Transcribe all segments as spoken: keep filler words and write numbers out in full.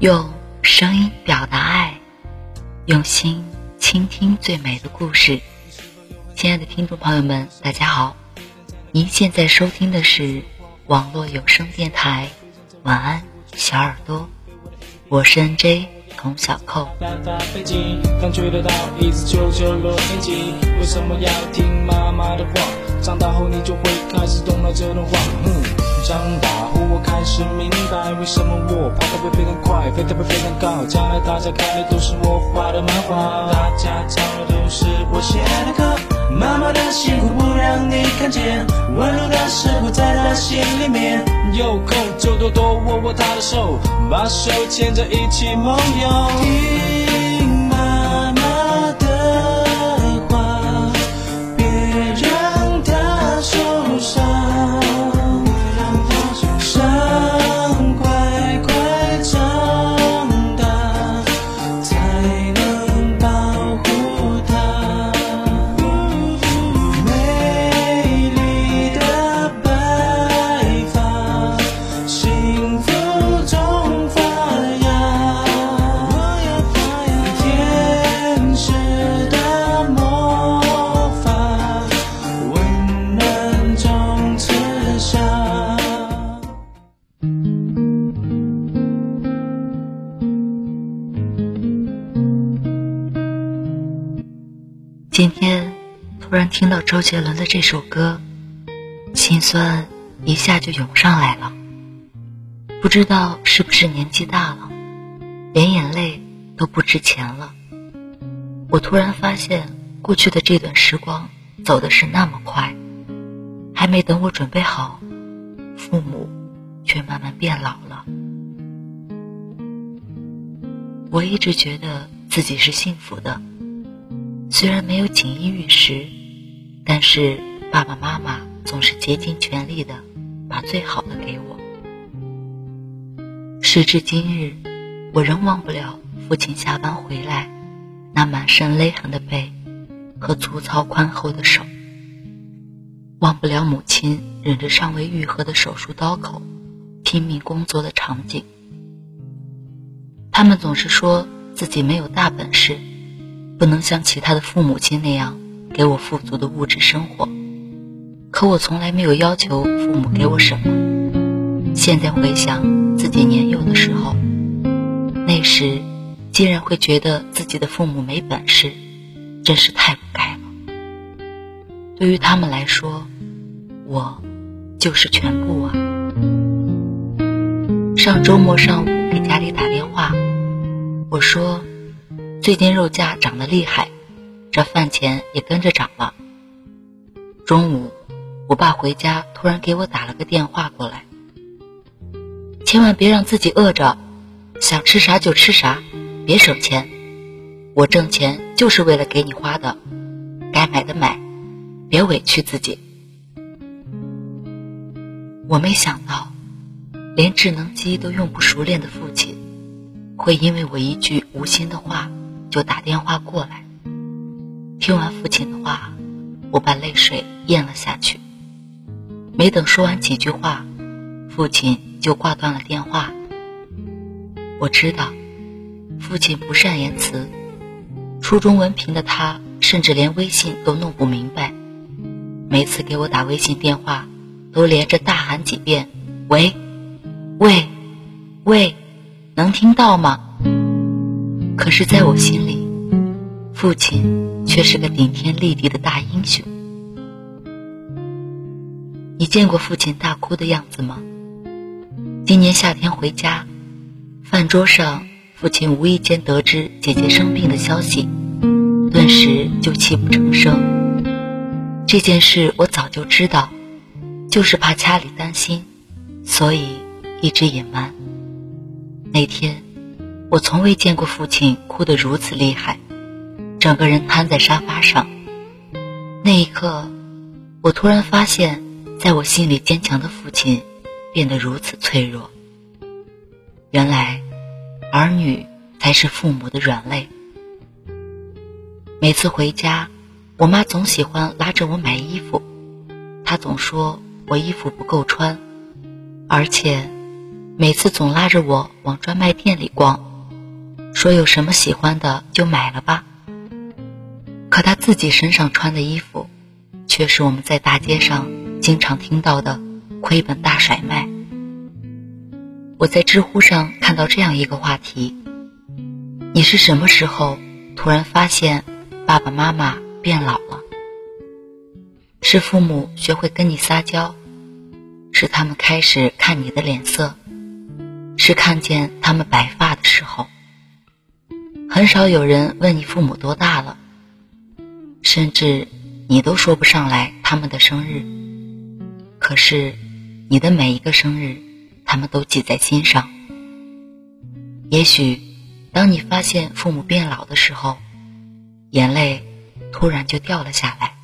用声音表达爱，用心倾听最美的故事。亲爱的听众朋友们，大家好，您现在收听的是网络有声电台晚安小耳朵，我是 N J 童小扣。 感觉得到一直久久落天际，为什么要听妈妈的话？长大后你就会开始懂了这段话。嗯，长大后我开始明白，为什么我跑得会非常快，飞得会非常高。将来大家看的都是我画的漫画，大家唱的都是我写的歌。妈妈的辛苦不让你看见，温柔的事不在她心里面。有空就多多握握她的手，把手牵着一起梦游。听妈妈的话，别让她受伤，伤快快长大，才能保护她。美丽的白发，幸福中发芽，天使的魔法，温暖中刺下。 今天突然听到周杰伦的这首歌，心酸一下就涌上来了。不知道是不是年纪大了，连眼泪都不值钱了。我突然发现过去的这段时光走的是那么快，还没等我准备好，父母却慢慢变老了。我一直觉得自己是幸福的，虽然没有锦衣玉食，但是爸爸妈妈总是竭尽全力的把最好的给我。时至今日，我仍忘不了父亲下班回来那满身勒痕的背和粗糙宽厚的手，忘不了母亲忍着尚未愈合的手术刀口拼命工作的场景。他们总是说自己没有大本事，不能像其他的父母亲那样给我富足的物质生活，可我从来没有要求父母给我什么。现在回想自己年幼的时候，那时竟然会觉得自己的父母没本事，真是太不该了。对于他们来说，我就是全部啊。上周末上午给家里打电话，我说最近肉价涨得厉害，这饭钱也跟着涨了。中午我爸回家突然给我打了个电话过来，千万别让自己饿着，想吃啥就吃啥，别省钱，我挣钱就是为了给你花的，该买的买，别委屈自己。我没想到连智能机都用不熟练的父亲会因为我一句无心的话就打电话过来。听完父亲的话，我把泪水咽了下去。没等说完几句话，父亲就挂断了电话。我知道父亲不善言辞，初中文凭的他甚至连微信都弄不明白，每次给我打微信电话都连着大喊几遍，喂喂喂，能听到吗？可是在我心里，父亲却是个顶天立地的大英雄。你见过父亲大哭的样子吗？今年夏天回家，饭桌上父亲无意间得知姐姐生病的消息，顿时就泣不成声。这件事我早就知道，就是怕家里担心，所以一直隐瞒。那天我从未见过父亲哭得如此厉害，整个人瘫在沙发上。那一刻，我突然发现在我心里坚强的父亲变得如此脆弱。原来儿女才是父母的软肋。每次回家，我妈总喜欢拉着我买衣服，她总说我衣服不够穿，而且每次总拉着我往专卖店里逛，说有什么喜欢的就买了吧。可他自己身上穿的衣服，却是我们在大街上经常听到的亏本大甩卖。我在知乎上看到这样一个话题：你是什么时候突然发现爸爸妈妈变老了？是父母学会跟你撒娇，是他们开始看你的脸色，是看见他们白发的时候。很少有人问你父母多大了，甚至你都说不上来他们的生日，可是你的每一个生日他们都记在心上。也许当你发现父母变老的时候，眼泪突然就掉了下来。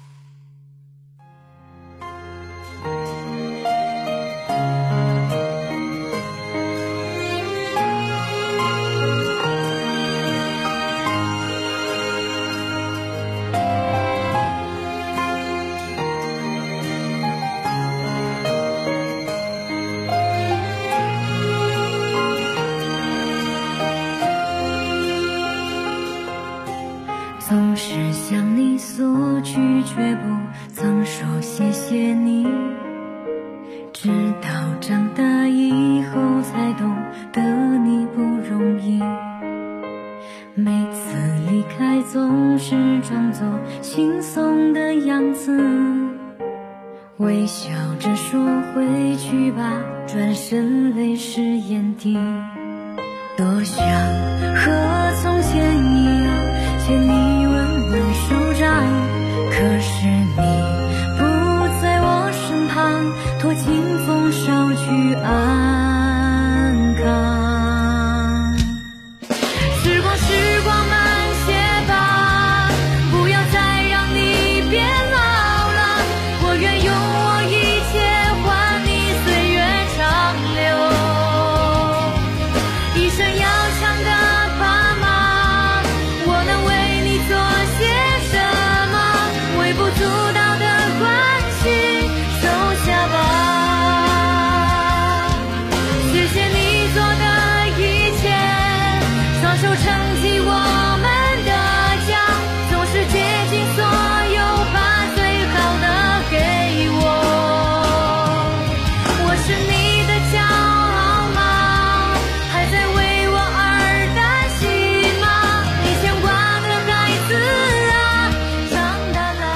总是向你索取，却不曾说谢谢你，直到长大以后才懂得你不容易。每次离开总是装作轻松的样子，微笑着说回去吧，转身泪湿眼底。多想和从前一样牵你温暖手掌，可是你不在我身旁，托清风捎去安康。时光时光慢些吧，不要再让你变老了，我愿用我一切换你岁月长留。一生要强的爸妈，我能为你做些什么？微不足道的关心收下吧。谢谢你做的一切，双手撑起我们的家，总是竭尽所有把最好的给我。我是你的骄傲吗？还在为我而担心吗？你牵挂的孩子啊，长大了。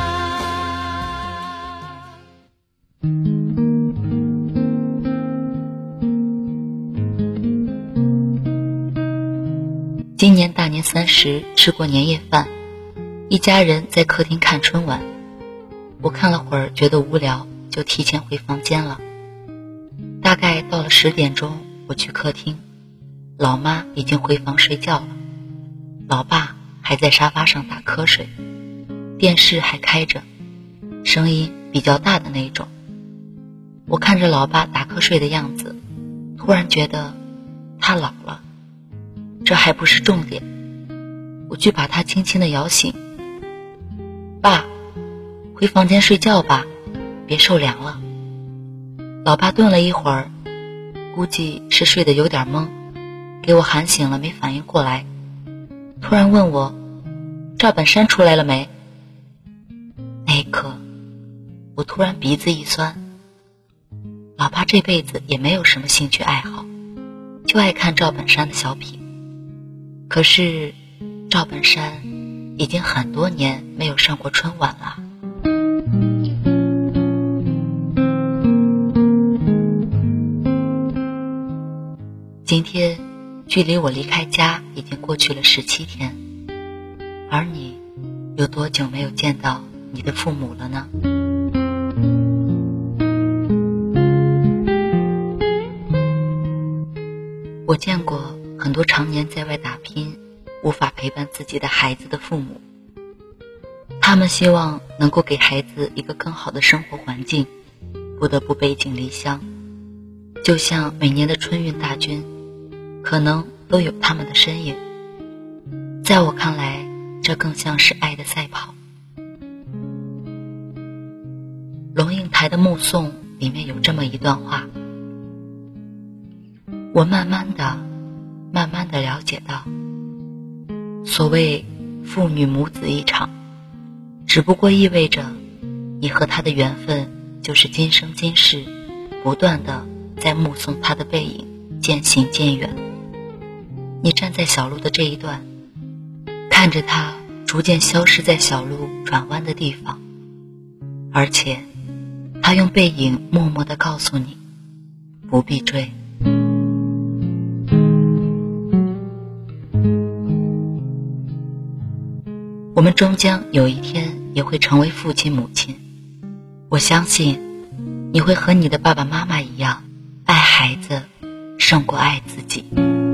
今年大年三十吃过年夜饭，一家人在客厅看春晚。我看了会儿觉得无聊，就提前回房间了。大概到了十点钟，我去客厅，老妈已经回房睡觉了，老爸还在沙发上打瞌睡，电视还开着，声音比较大的那种。我看着老爸打瞌睡的样子，突然觉得他老了。这还不是重点，我去把他轻轻地摇醒。爸，回房间睡觉吧，别受凉了。老爸顿了一会儿，估计是睡得有点懵，给我喊醒了没反应过来，突然问我赵本山出来了没。那一刻我突然鼻子一酸。老爸这辈子也没有什么兴趣爱好，就爱看赵本山的小品。可是赵本山已经很多年没有上过春晚了。今天距离我离开家已经过去了十七天，而你有多久没有见到你的父母了呢？我见过很多常年在外打拼，无法陪伴自己的孩子的父母，他们希望能够给孩子一个更好的生活环境，不得不背井离乡。就像每年的春运大军，可能都有他们的身影。在我看来，这更像是爱的赛跑。龙应台的《目送》里面有这么一段话： 我慢慢的慢慢的了解到，所谓父女母子一场，只不过意味着你和他的缘分就是今生今世不断的在目送他的背影渐行渐远。你站在小路的这一段，看着他逐渐消失在小路转弯的地方，而且他用背影默默地告诉你，不必追。我们终将有一天也会成为父亲母亲，我相信你会和你的爸爸妈妈一样，爱孩子胜过爱自己。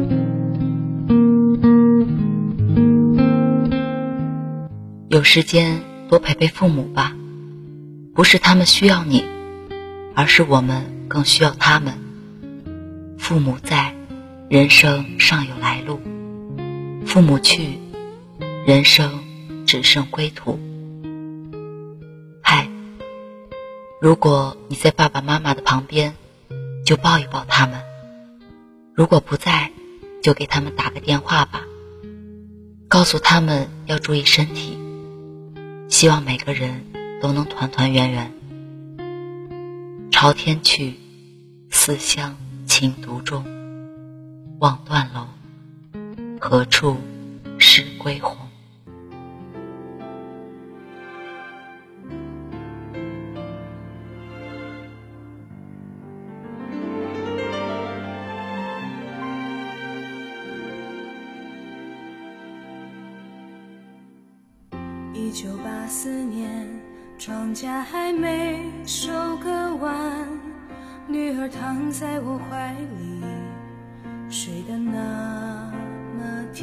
有时间多陪陪父母吧，不是他们需要你，而是我们更需要他们。父母在，人生尚有来路；父母去，人生只剩归途。嗨，如果你在爸爸妈妈的旁边，就抱一抱他们；如果不在，就给他们打个电话吧，告诉他们要注意身体。希望每个人都能团团圆圆。朝天去，思乡情独钟。望断楼，何处是归鸿？ 一九八四年，庄稼还没收割完，女儿躺在我怀里，睡得那么甜。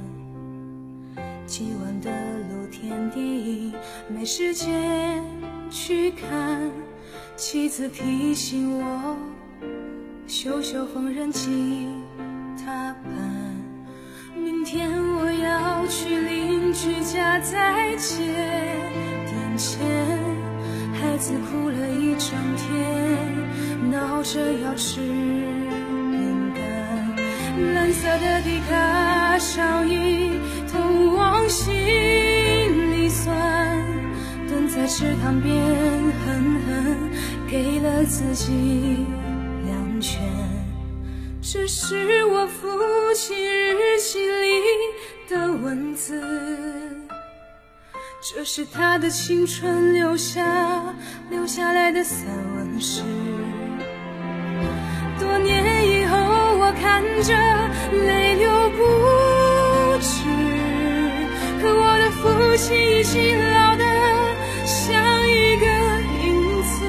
今晚的露天电影没时间去看，妻子提醒我修修缝纫机踏板。明天我要去邻居家再借点钱，孩子哭了一整天，闹着要吃饼干。蓝色的迪卡上衣通往心里酸，蹲在池塘边狠狠给了自己两拳。这是我父亲日记里的文字，这是他的青春留下留下来的散文诗。多年以后我看着泪流不止，可我的父亲已经老得像一个影子。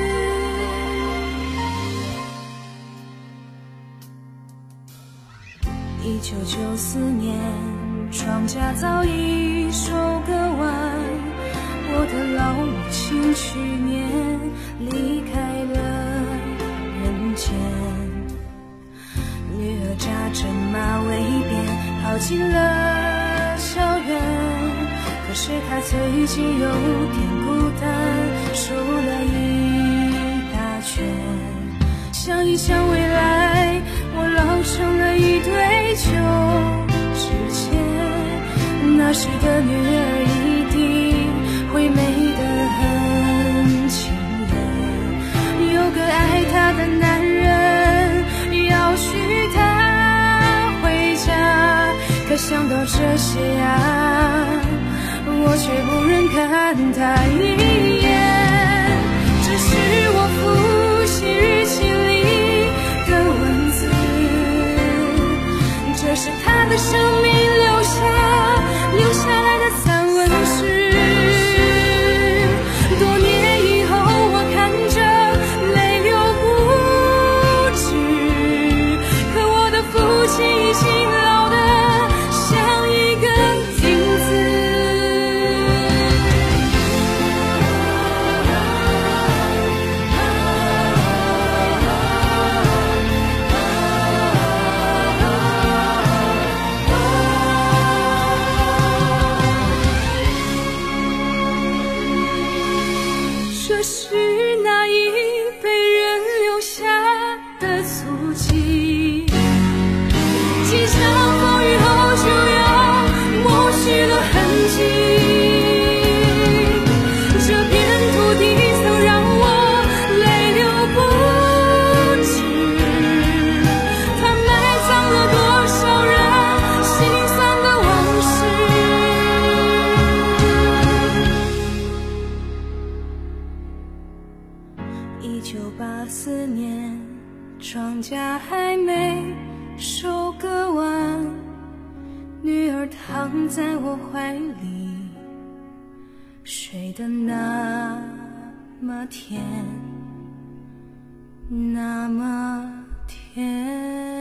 一九九四年，庄稼早已收割完，我的老母亲去年离开了人间。女儿扎着马尾辫跑进了校园，可是她最近有点孤单，瘦了一大圈。想一想未来，我老成了一堆旧纸钱，那时的女儿一定会美得很惊艳。有个爱她的男人要娶她回家，可想到这些啊，我却不忍看她一眼。这是我父亲日记里的文字，这是他的生命留下留下来的散文诗。多年以后我看着泪流不止，可我的父亲已经老得像一个影子。 就把思念，庄稼还没收割完，女儿躺在我怀里，睡得那么甜，那么甜。